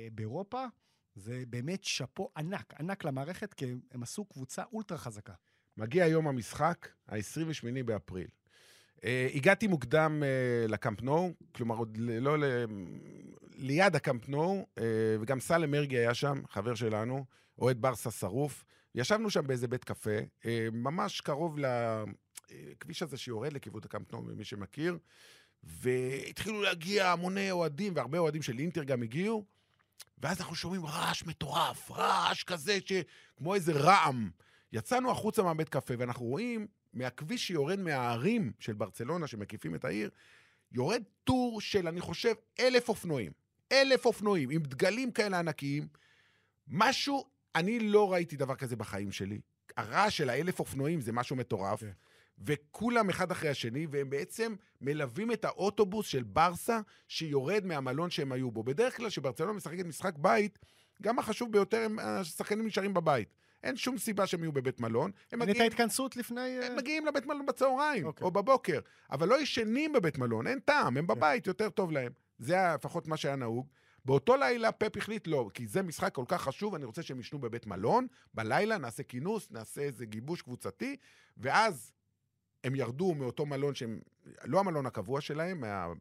באירופה, זה באמת שפו ענק, ענק למערכת, כי הם עשו קבוצה אולטרה חזקה. מגיע יום המשחק, ה-עשרים ושמונה באפריל. Uh, הגעתי מוקדם uh, לקאמפ נו, כלומר, עוד לא ל... ליד הקאמפ נו, uh, וגם סלם מרגי היה שם, חבר שלנו, אוהד ברסה שרוף. ישבנו שם באיזה בית קפה, uh, ממש קרוב לכביש הזה שיורד לכיוון הקאמפ נו, מי שמכיר, והתחילו להגיע המוני אוהדים, והרבה אוהדים של אינטר גם הגיעו, ואז אנחנו שומעים רעש מטורף, רעש כזה שכמו איזה רעם. יצאנו החוצה מהבית קפה, ואנחנו רואים מהכביש שיורד מהערים של ברצלונה, שמקיפים את העיר, יורד טור של, אני חושב, אלף אופנועים. אלף אופנועים, עם דגלים כאלה ענקיים. משהו, אני לא ראיתי דבר כזה בחיים שלי. הרעש של האלף אופנועים זה משהו מטורף. Okay. וכולם אחד אחרי השני, והם בעצם מלווים את האוטובוס של ברסה, שיורד מהמלון שהם היו בו. בדרך כלל, שברצלונה משחקת משחק בית, גם החשוב ביותר, הם השחקנים נשארים בבית. אין שום סיבה שהם יהיו בבית מלון. הם אין את ההתכנסות לפני... הם מגיעים לבית מלון בצהריים, okay. או בבוקר, אבל לא ישנים בבית מלון, אין טעם, הם בבית, okay. יותר טוב להם. זה היה לפחות מה שהיה נהוג. באותו לילה פפ החליט לא, כי זה משחק כל כך חשוב, אני רוצה שהם ישנו בבית מלון, בלילה נעשה כינוס, נעשה איזה גיבוש קבוצתי, ואז הם ירדו מאותו מלון שהם, לא המלון הקבוע שלהם,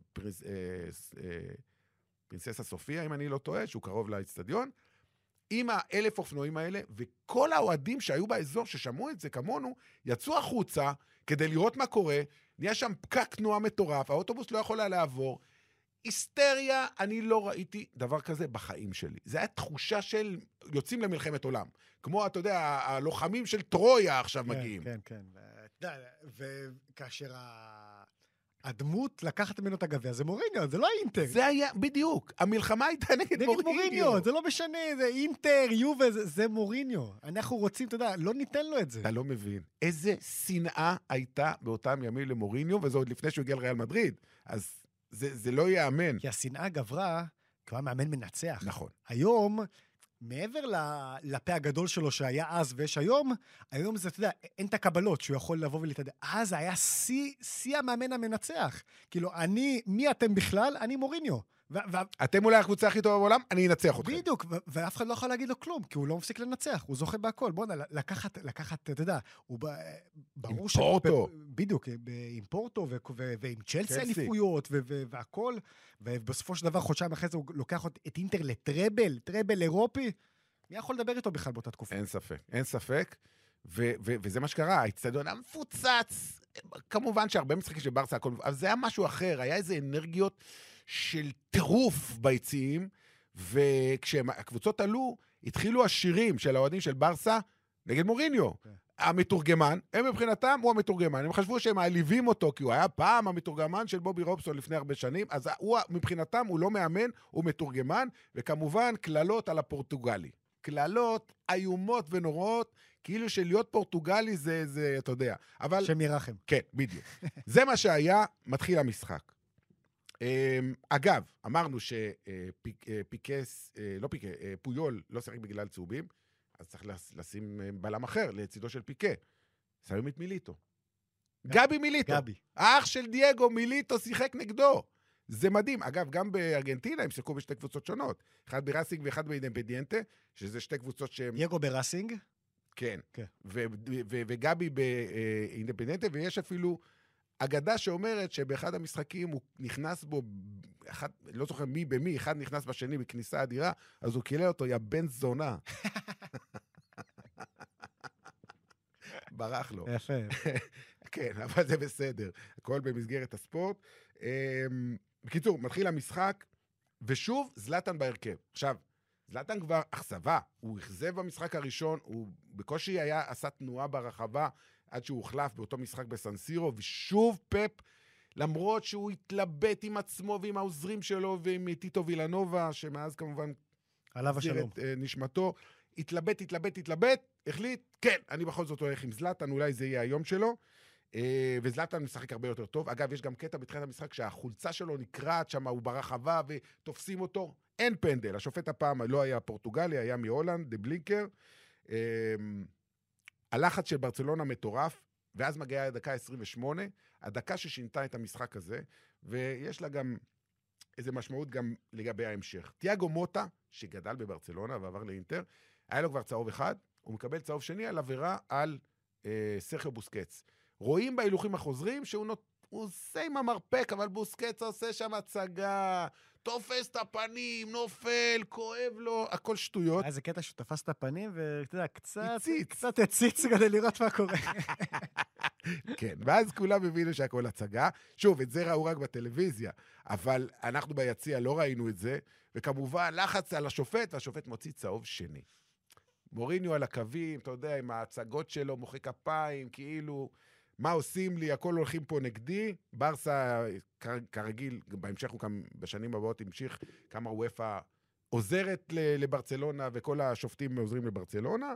מהפרינססה סופיה, אם אני לא טועה, שהוא קרוב לאצטדיון, עם האלף אופנועים האלה, וכל האוהדים שהיו באזור ששמעו את זה כמונו, יצאו החוצה כדי לראות מה קורה, נהיה שם פקק תנועה מטורף, האוטובוס לא יכול היה לעבור, היסטריה, אני לא ראיתי דבר כזה בחיים שלי. זה היה תחושה של יוצאים למלחמת עולם. כמו, אתה יודע, הלוחמים של טרויה עכשיו כן, מגיעים. כן, כן. וכאשר הדמות לקחת ממנו את הגביע, זה מוריניו, זה לא אינטר. זה היה, בדיוק. המלחמה הייתה נגד, נגד מוריניו. מוריניו. זה לא משנה, זה אינטר, יובה, זה, זה מוריניו. אנחנו רוצים, אתה יודע, לא ניתן לו את זה. אתה לא מבין. איזה שנאה הייתה באותם ימים למוריניו, וזה עוד לפני שהוא הגיע לריאל מדריד. אז זה, זה לא יאמן. כי השנאה גברה, כי הוא היה מאמן מנצח. נכון. היום, מעבר לפה הגדול שלו שהיה אז ויש היום, היום זה, אתה יודע, אין את הקבלות שהוא יכול לבוא ולהתעדע. אז היה שיא, שיא המאמן המנצח. כאילו, אני, מי אתם בכלל? אני מוריניו. ו- ו- אתם אולי הקבוצה הכי טובה בעולם, אני אנצח אתכם. בדיוק, ו- ואף אחד לא יכול להגיד לו כלום, כי הוא לא מפסיק לנצח, הוא זוכה בהכל. בוא נ- לקחת, לקחת, אתה יודע, הוא ב- ברור ש... עם פורטו. בדיוק, עם פורטו ו- ו- ועם צ'לסי אליפויות ו- ו- והכל, ובסופו של דבר, חודשיים אחרי זה הוא לוקח את אינטר לטראבל, טראבל אירופי. מי יכול לדבר איתו בכלל באותה תקופה? אין ספק, אין ספק, ו- ו- וזה מה שקרה, האצטדיון היה מפוצץ, כמובן שהרבה משחקים של ברסה, הכל, אבל זה היה משהו אחר, היה איזה אנרגיות של טירוף ביציעים, וכשהקבוצות עלו, התחילו השירים של האוהדים של ברסה נגד מוריניו. Okay. המתורגמן, הם מבחינתם הוא המתורגמן, הם חשבו שהם מעליבים אותו, כי הוא היה פעם המתורגמן של בובי רובסון לפני הרבה שנים, אז הוא, מבחינתם הוא לא מאמן, הוא מתורגמן, וכמובן כללות על הפורטוגלי. כללות איומות ונוראות, כאילו שלהיות פורטוגלי זה, זה, אתה יודע. אבל... שם ירחם. כן, בדיוק. זה מה שהיה, מתחיל המשחק. אגב, אמרנו שפיקס, לא פיקה, פויול לא שחק בגלל צהובים, אז צריך לשים בלם אחר לצידו של פיקה. שמים את מיליטו. גבי מיליטו. גבי. האח של דייגו מיליטו שיחק נגדו. זה מדהים. אגב, גם בארגנטינה הם שיחקו בשתי קבוצות שונות. אחד ברסינג ואחד באינדפנדיאנטה, שזה שתי קבוצות שהם... דייגו ברסינג? כן. כן. וגבי באינדפנדיאנטה, ויש אפילו אגדה שאומרת שבאחד המשחקים הוא נכנס בו, אחד, לא זוכר מי במי, אחד נכנס בשני בכניסה אדירה, אז הוא קילל אותו, יא בן זונה. ברח לו. יפה. כן, אבל זה בסדר. הכל במסגרת הספורט. בקיצור, מתחיל המשחק, ושוב, זלטן בהרכב. עכשיו, זלטן כבר אכזבה, הוא אכזב במשחק הראשון, הוא בקושי היה, עשה תנועה ברחבה, עד שהוא הוחלף באותו משחק בסנסירו, ושוב פפ, למרות שהוא התלבט עם עצמו ועם העוזרים שלו, ועם טיטו וילנובה, שמאז כמובן... עליו השלום. את נשמתו, התלבט, התלבט, התלבט, החליט, כן, אני בכל זאת הולך עם זלטן, אולי זה יהיה היום שלו, וזלטן משחק הרבה יותר טוב. אגב, יש גם קטע בתחילת המשחק שהחולצה שלו נקרעת שם, הוא ברחבה ותופסים אותו. אין פנדל. השופט הפעם לא היה פורטוגלי, היה מהולנד, דה בלינקר. הלחץ של ברצלונה מטורף, ואז מגיעה הדקה עשרים ושמונה, הדקה ששינתה את המשחק הזה, ויש לה גם איזו משמעות גם לגבי ההמשך. תיאגו מוטה, שגדל בברצלונה ועבר לאינטר, היה לו כבר צהוב אחד, הוא מקבל צהוב שני על עבירה על אה, סרחיו בוסקץ. רואים בהילוכים החוזרים שהוא נות... הוא עושה עם המרפק, אבל בוסקץ עושה שם הצגה, תופס את הפנים, נופל, כואב לו, הכל שטויות. היה איזה קטע שהוא תפס את הפנים, ואתה יודע, קצת... הציץ. קצת הציץ כדי לראות מה קורה. כן, ואז כולם הבינו שהכל הצגה. שוב, את זה ראו רק בטלוויזיה, אבל אנחנו ביציע לא ראינו את זה, וכמובן לחץ על השופט, והשופט מוציא צהוב שני. מוריניו על הקווים, אתה יודע, עם ההצגות שלו, מוחא כפיים, כאילו, מה עושים לי, הכל הולכים פה נגדי. ברסה, כרגיל, בהמשך הוא גם בשנים הבאות המשיך כמה וופא עוזרת לברצלונה, וכל השופטים עוזרים לברצלונה.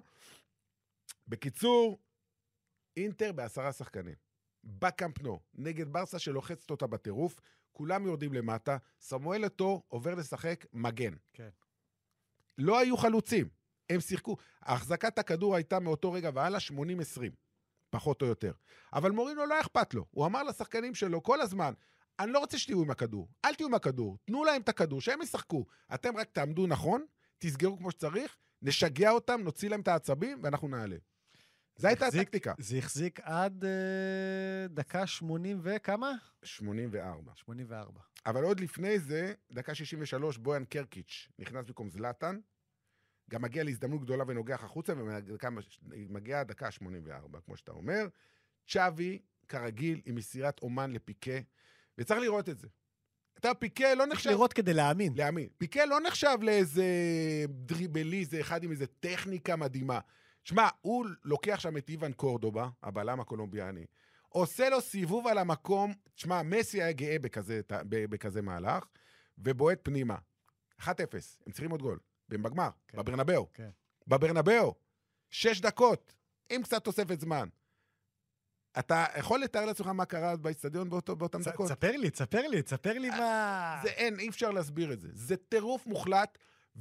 בקיצור, אינטר בעשרה שחקנים. בקאמפ נו, נגד ברסה שלוחצת אותה בטירוף, כולם יורדים למטה, סמואל אתו עובר לשחק מגן. כן. לא היו חלוצים, הם שיחקו. ההחזקת הכדור הייתה מאותו רגע והלאה שמונים עשרים, פחות או יותר. אבל מורינו לא אכפת לו. הוא אמר לשחקנים שלו כל הזמן, אני לא רוצה שתהיו עם הכדור, אל תהיו עם הכדור, תנו להם את הכדור, שהם ישחקו. אתם רק תעמדו נכון, תסגרו כמו שצריך, נשגע אותם, נוציא להם את העצבים ואנחנו נעלה. זו הייתה הטקטיקה. זה החזיק עד אה, דקה שמונים וכמה? שמונים וארבע. שמונים וארבע. אבל עוד לפני זה, דקה שישים ושלוש, בויאן קרקיץ' נכנס במקום זלאטן, גם מגיע להזדמנות גדולה ונוגח החוצה, ומגיע דקה שמונים וארבע, כמו שאתה אומר. צ'אבי, כרגיל, עם מסירת אומן לפיקה, וצריך לראות את זה. אתה פיקה לא נחשב... צריך לראות כדי להאמין. להאמין. פיקה לא נחשב לאיזה דריבלי, זה אחד עם איזה טכניקה מדהימה. שמע, הוא לוקח שם את איוון קורדובה, הבלם הקולומביאני, עושה לו סיבוב על המקום, שמע, מסי היה גאה בכזה, בכזה מהלך, ובועט פנימה. אחת אפס, הם צריכים עוד גול. בגמר, כן. בברנבאו. כן. בברנבאו. שש דקות, עם קצת תוספת זמן. אתה יכול לתאר לעצמך מה קרה באצטדיון באותו, באותם צ, דקות? תספר לי, תספר לי, תספר לי מה... זה אין, אי אפשר להסביר את זה. זה טירוף מוחלט,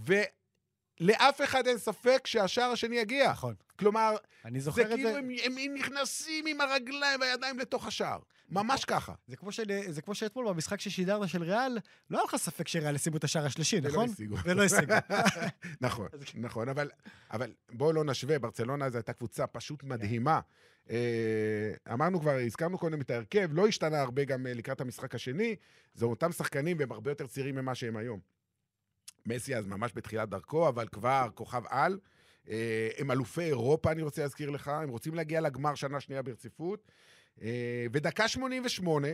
ולאף אחד אין ספק שהשער השני יגיע. נכון. כלומר, אני זוכר זה את כאילו זה... הם, הם, הם נכנסים עם הרגליים והידיים לתוך השער. ממש ככה. זה כמו, של, זה כמו שאתמול במשחק ששידרנו של ריאל, לא היה לך ספק שריאל השיגו את השער השלישי, נכון? ולא השיגו. נכון, נכון, אבל, אבל בואו לא נשווה, ברצלונה זו הייתה קבוצה פשוט מדהימה. אמרנו כבר, הזכרנו קודם את ההרכב, לא השתנה הרבה גם לקראת המשחק השני, זה אותם שחקנים והם הרבה יותר צעירים ממה שהם היום. מסי אז ממש בתחילת דרכו, אבל כבר כוכב על, הם אלופי אירופה, אני רוצה להזכיר לך, הם רוצים להגיע לגמר שנה שנייה ברציפות, ודקה שמונים ושמונה,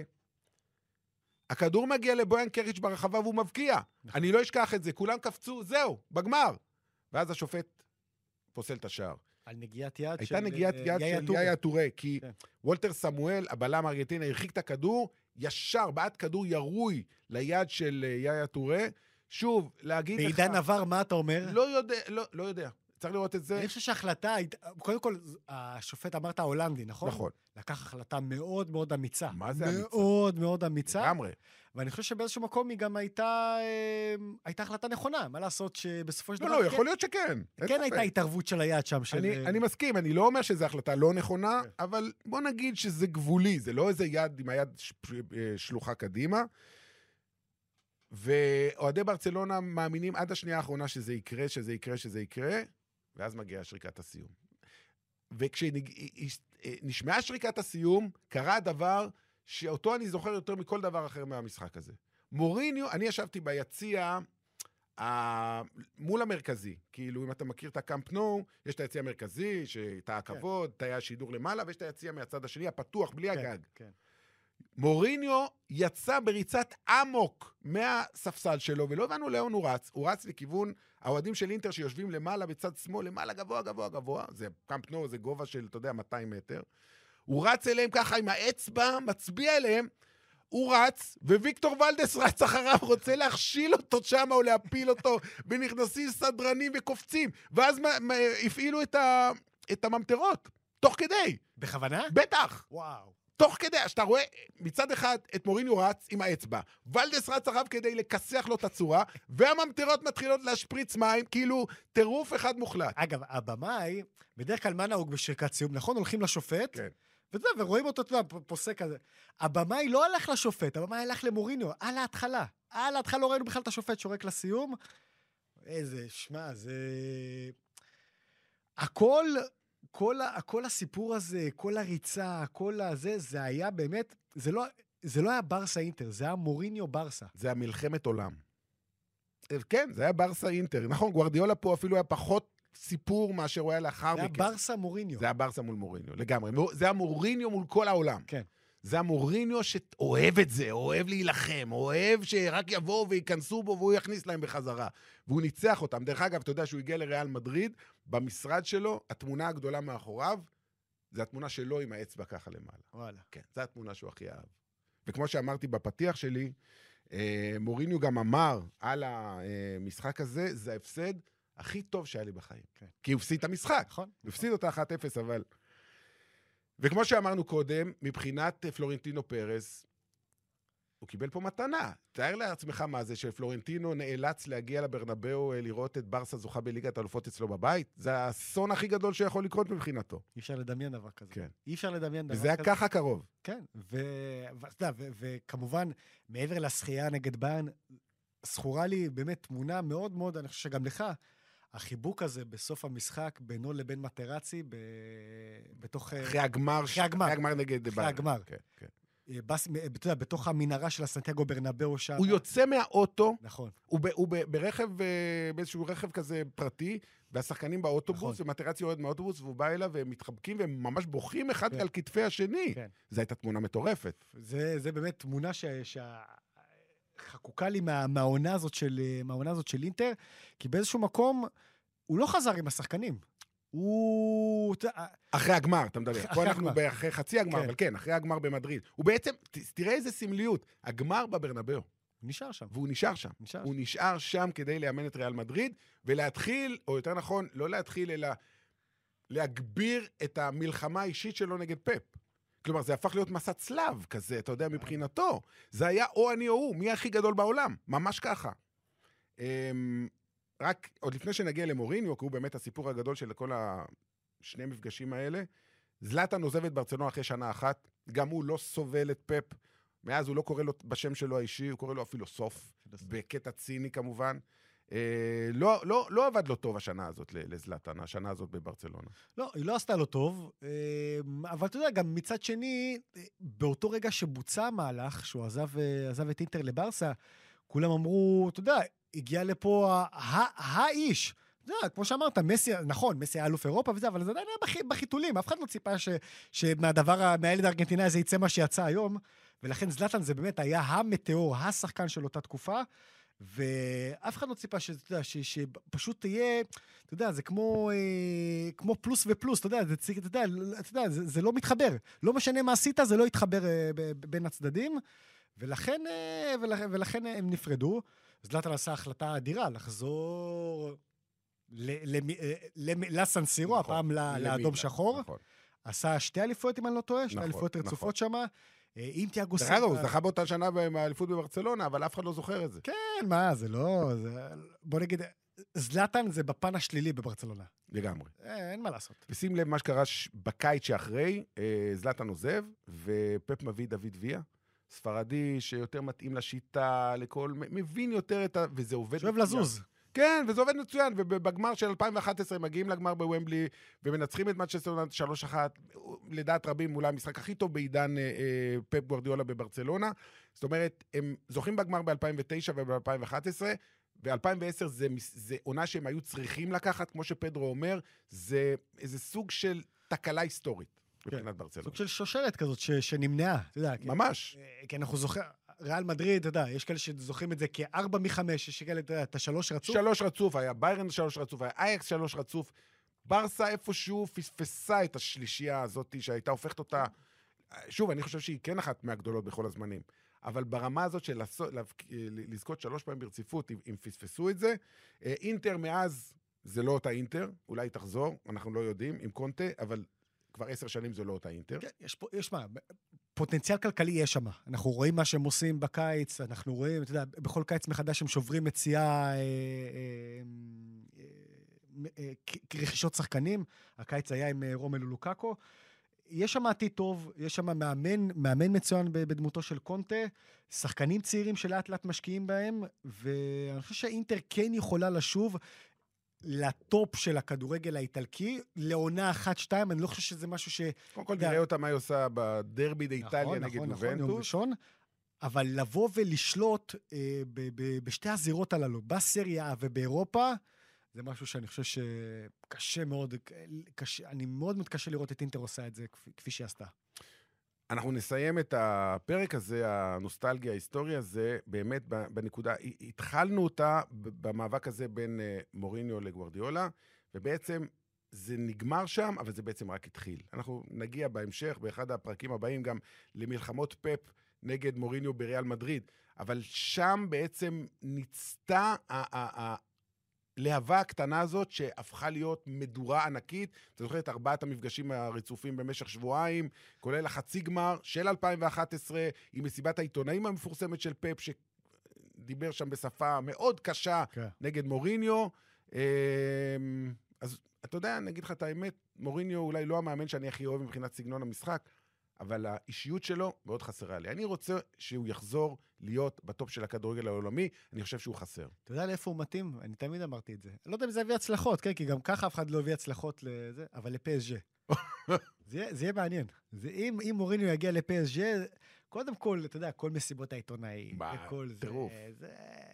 הכדור מגיע לבויאן קרקיץ' ברחבה והוא מבקיע. אני לא אשכח את זה, כולם קפצו, זהו, בגמר. ואז השופט פוסל את השער. על נגיעת יד של... הייתה נגיעת יד של יאיה טורה, כי וולטר סמואל, הבלם הארגנטיני, הרחיק את הכדור, ישר, בעט כדור ירוי ליד של יאיה טורה. שוב, להגיד לך... בעידן עבר, מה אתה אומר? לא יודע, לא, לא יודע. צריך לראות את זה. אני חושב שההחלטה, קודם כל, השופט אמרת ההולנדי, נכון? נכון. לקח החלטה מאוד מאוד אמיצה. מה זה אמיצה? מאוד מאוד אמיצה. לגמרי. ואני חושב שבאיזשהו מקום היא גם הייתה, הייתה החלטה נכונה. מה לעשות שבסופו של לא, דבר... לא, יכול להיות שכן. כן הייתה התערבות של היד שם. אני, אני מסכים, אני לא אומר שזו החלטה לא נכונה, אבל בוא נגיד שזה גבולי, זה לא איזה יד עם היד שלוחה קדימה. ואוהדי ברצלונה מאמינים עד השנייה האחרונה שזה יקרה, שזה יקרה, שזה יקרה, ואז מגיעה שריקת הסיום. וכשנשמעה שריקת הסיום, קרה הדבר שאותו אני זוכר יותר מכל דבר אחר מהמשחק הזה. מוריניו, אני ישבתי ביציע מול המרכזי, כאילו אם אתה מכיר את הקאמפ נו, יש את היציע המרכזי, שאת הכבוד, את השידור למעלה, ויש את היציע מהצד השני, הפתוח, בלי הגג. כן. מוריניו יצא בריצת אמוק מהספסל שלו, ולא הבנו לאן הוא רץ, הוא רץ לכיוון האוהדים של אינטר שיושבים למעלה בצד שמאל, למעלה גבוה, גבוה, גבוה, זה קאמפ נו, זה גובה של, אתה יודע, מאתיים מטר, הוא רץ אליהם ככה עם האצבע, מצביע אליהם, הוא רץ, וויקטור ולדס רץ אחריו, רוצה להכשיל אותו שם או להפיל אותו, ונכנסים סדרנים וקופצים, ואז הפעילו את, ה, את הממטרות, תוך כדי. בכוונה? בטח. וואו. תוך כדי, שאתה רואה מצד אחד את מוריניו רץ עם האצבע, ולדס רץ אחריו כדי לקסח לו את הצורה, והממטרות מתחילות להשפריץ מים, כאילו טירוף אחד מוחלט. אגב, הבמאי, בדרך כלל מה נהוג בשריקת סיום, נכון? הולכים לשופט, כן. וזה, ורואים אותו, אתה יודע, פוסק כזה. הבמאי לא הלך לשופט, הבמאי הלך למוריניו, על ההתחלה. על ההתחלה לא ראינו בכלל את השופט שורק לסיום. איזה, שמע, זה... הכל... כל, ה, כל הסיפור הזה, כל הריצה, כל הזה, זה היה באמת, זה לא, זה לא היה ברסה אינטר, זה היה מוריניו ברסה. זה היה מלחמת עולם. כן, זה היה ברסה אינטר. נכון, גוארדיולה פה אפילו היה פחות סיפור מאשר הוא היה לאחר מכן. זה היה ברסה מוריניו. זה היה ברסה מול מוריניו, לגמרי. זה היה מוריניו מול כל העולם. כן. זה המוריניו שאוהב את זה, אוהב להילחם, אוהב שרק יבואו וייכנסו בו והוא יכניס להם בחזרה. והוא ניצח אותם. דרך אגב, אתה יודע שהוא הגיע לריאל מדריד, במשרד שלו, התמונה הגדולה מאחוריו, זה התמונה שלו עם האצבע ככה למעלה. וואלה. כן, זו התמונה שהוא הכי אהב. וכמו שאמרתי בפתיח שלי, מוריניו גם אמר על המשחק הזה, זה ההפסד הכי טוב שהיה לי בחיים. כן. כי הוא הפסיד את המשחק. נכון. הוא הפסיד אותה אחת אפס, אבל... וכמו שאמרנו קודם, מבחינת פלורנטינו פרס, הוא קיבל פה מתנה. תאר לעצמך מה זה, שפלורנטינו נאלץ להגיע לברנבאו לראות את ברסה זוכה בליגת האלופות אצלו בבית. זה האסון הכי גדול שיכול לקרות מבחינתו. אי אפשר לדמיין דבר כזה. כן. אי אפשר לדמיין דבר כזה. וזה היה ככה קרוב. כן, וכמובן, מעבר לשחייה נגד ביירן, זכורה לי באמת תמונה מאוד מאוד, אני חושב שגם לך, החיבוק הזה בסוף המשחק בינו לבין מטרצי, בתוך... אחרי הגמר. אחרי הגמר. אחרי הגמר נגד ביירן. אחרי הגמר. כן, כן. בס, אתה יודע, בתוך המנהרה של הסנטיאגו ברנבאו שם. הוא יוצא מהאוטו. נכון. הוא, ב, הוא ב, ברכב, באיזשהו רכב כזה פרטי, והשחקנים באוטובוס, נכון. ומטרצי יורד מהאוטובוס, והוא בא אליו, והם מתחבקים, והם ממש בוכים אחד כן. על כתפי השני. כן. זו הייתה תמונה מטורפת. זה, זה באמת תמונה ש... שה... חקוקה לי מה, מהעונה הזאת של, מהעונה הזאת של אינטר, כי באיזשהו מקום הוא לא חזר עם השחקנים. הוא... אחרי הגמר, אתה מדבר. פה אנחנו אחרי חצי הגמר, אבל כן, אחרי הגמר במדריד. הוא בעצם, תראה איזה סמליות, הגמר בברנבאו. הוא נשאר שם. והוא נשאר שם. הוא נשאר שם כדי לאמן את ריאל מדריד, ולהתחיל, או יותר נכון, לא להתחיל, אלא להגביר את המלחמה האישית שלו נגד פפ. כלומר, זה הפך להיות מסע צלב כזה, אתה יודע, מבחינתו. זה היה או אני או הוא, מי הכי גדול בעולם. ממש ככה. רק עוד לפני שנגיע למוריניו, כי הוא באמת הסיפור הגדול של כל השני מפגשים האלה, זלאטן עוזב את ברצלונה אחרי שנה אחת, גם הוא לא סובל את פפ, מאז הוא לא קורא לו בשם שלו האישי, הוא קורא לו אפילו סוף, בקטע ציני כמובן. לא, לא, לא עבד לו טוב השנה הזאת לזלאטן, השנה הזאת בברצלונה. לא, היא לא עשתה לו טוב, אבל אתה יודע, גם מצד שני, באותו רגע שבוצע המהלך, שהוא עזב, עזב את אינטר לברסה, כולם אמרו, אתה יודע, הגיע לפה האיש. אתה יודע, כמו שאמרת, מסי, נכון, מסי היה אלוף אירופה וזה, אבל זה עדיין היה בחיתולים, אף אחד לא ציפה שמהדבר, מהילד הארגנטינאי הזה יצא מה שיצא היום, ולכן זלאטן זה באמת היה המטאור, השחקן של אותה תקופה, ואף אחד לא ציפה שפשוט תהיה, אתה יודע, זה כמו, כמו פלוס ופלוס, אתה יודע, זה, אתה יודע, אתה יודע, זה, זה לא מתחבר. לא משנה מה עשית, זה לא יתחבר בין הצדדים, ולכן, ולכן הם נפרדו. זלאטן עשה החלטה אדירה, לחזור לסן סירו, הפעם לאדום שחור. עשה שתי אליפויות, אם אני לא טועה, שתי אליפויות רצופות שמה. עם תיאגו סילבה... דרך אגב, הוא זכה באותה שנה באליפות בברצלונה, אבל אף אחד לא זוכר את זה. כן, מה, זה לא... בוא נגיד, זלאטן זה בפן השלילי בברצלונה. לגמרי. אין מה לעשות. ושים לב מה שקרה בקיץ שאחרי, זלאטן עוזב, ופפ מביא דוד ויה, ספרדי שיותר מתאים לשיטה, לכל... מבין יותר את ה... וזה עובד... שואב לזוז. כן, וזה עובד מצוין, ובגמר של אלפיים ואחת עשרה מגיעים לגמר בוומבלי, ומנצחים את מנצ'סטר יונייטד שלוש אחת, לדעת רבים, אולי המשחק הכי טוב בעידן אה, פפ גוארדיולה בברצלונה. זאת אומרת, הם זוכים בגמר ב-אלפיים ותשע וב-אלפיים ואחת עשרה, ב-אלפיים ועשר זה, זה עונה שהם היו צריכים לקחת, כמו שפדרו אומר, זה איזה סוג של תקלה היסטורית, מבחינת ברצלונה. סוג של שושלת כזאת ש, שנמנעה, אתה יודע. ממש. כי, כי אנחנו זוכרים... ריאל מדריד, אתה יודע, יש כאלה שזוכרים את זה כארבע מחמש, יש כאלה, אתה יודע, את השלוש רצוף. שלוש רצוף, היה ביירן שלוש רצוף, היה אייקס שלוש רצוף. ברסה איפשהו פספסה את השלישייה הזאת, שהייתה הופכת אותה... שוב, אני חושב שהיא כן אחת מהגדולות בכל הזמנים. אבל ברמה הזאת של לזכות שלוש פעמים ברציפות, אם פספסו את זה, אינטר מאז זה לא אותה אינטר, אולי תחזור, אנחנו לא יודעים, עם קונטה, אבל כבר עשר שנים זה לא אותה אינטר. כן, יש פה, יש מה... פוטנציאל כלכלי יש שם. אנחנו רואים מה שהם עושים בקיץ, אנחנו רואים, אתה יודע, בכל קיץ מחדש הם שוברים מציאה רכישות שחקנים. הקיץ היה עם רומלו לוקאקו. יש שם עתיד טוב, יש שם מאמן, מאמן מצוין בדמותו של קונטה, שחקנים צעירים שלאט לאט משקיעים בהם, ואני חושב שהאינטר כן יכולה לשוב. לטופ של הכדורגל האיטלקי, לעונה אחת, שתיים, אני לא חושב שזה משהו ש... קודם כל נראה אותה מה היא עושה בדרבי באיטליה נגד יובנטוס. אבל לבוא ולשלוט אה, ב- ב- בשתי הזירות הללו, בסריה ובאירופה, זה משהו שאני חושב שקשה מאוד, קשה, אני מאוד מתקשה לראות את אינטר עושה את זה כפי, כפי שעשתה. אנחנו נסיים את הפרק הזה, הנוסטלגיה, ההיסטוריה הזה, באמת בנקודה, התחלנו אותה במאבק הזה בין מוריניו לגוארדיולה, ובעצם זה נגמר שם, אבל זה בעצם רק התחיל. אנחנו נגיע בהמשך, באחד הפרקים הבאים, גם למלחמות פפ נגד מוריניו בריאל מדריד, אבל שם בעצם ניצתה הלהבה הקטנה הזאת שהפכה להיות מדורה ענקית. אתה זוכר את ארבעת המפגשים הרצופים במשך שבועיים, כולל החצי גמר של אלפיים ואחת עשרה, עם מסיבת העיתונאים המפורסמת של פפ, שדיבר שם בשפה מאוד קשה okay. נגד מוריניו. אז אתה יודע, אני אגיד לך את האמת, מוריניו אולי לא המאמן שאני הכי אוהב מבחינת סגנון המשחק, אבל האישיות שלו מאוד חסרה לי. אני רוצה שהוא יחזור להיות בטופ של הכדורגל העולמי, אני חושב שהוא חסר. אתה יודע לאיפה הוא מתאים? אני תמיד אמרתי את זה. אני לא יודע אם זה הביא הצלחות, כן? כי גם ככה אף אחד לא הביא הצלחות לזה, אבל ל-פי אס ג'י. זה, זה יהיה מעניין. זה, אם, אם מוריניו יגיע ל-פי אס ג'י, קודם כל, אתה יודע, כל מסיבות העיתונאים, וכל זה, זה...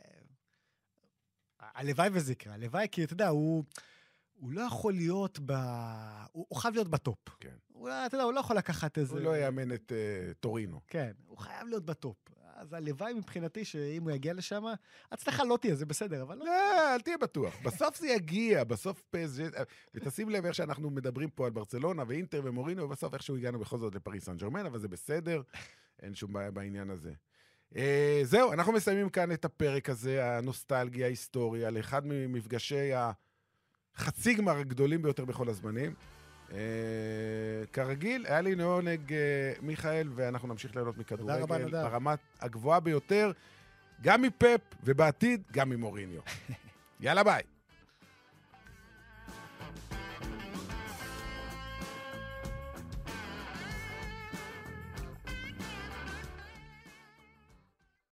הלוואי וזה יקרה, הלוואי, כי אתה יודע, הוא... הוא לא יכול להיות ב... הוא, הוא חייב להיות בטופ. כן. הוא, אתה יודע, הוא לא יכול לקחת איזה... הוא לא יאמן את uh, טורינו. כן, הוא חייב להיות בטופ. אז הלוואי מבחינתי שאם הוא יגיע לשם, הצלחה לא תהיה, זה בסדר, אבל לא... לא, אל תהיה בטוח. בסוף זה יגיע, בסוף פס... ותשים לב איך שאנחנו מדברים פה על ברצלונה ואינטר ומורינו, ובסוף איכשהו הגענו בכל זאת לפריס סן ז'רמן, אבל זה בסדר, אין שום בעיה בעניין הזה. Uh, זהו, אנחנו מסיימים כאן את הפרק הזה, הנוסטלגיה, ההיסטוריה, לאחד ממפגשי ה... חצי גמר הגדולים ביותר בכל הזמנים. אה, כרגיל, היה לי נעונג אה, מיכאל, ואנחנו נמשיך ליהנות מכדורגל ברמה הגבוהה ביותר, גם מפפ, ובעתיד גם ממוריניו. יאללה ביי.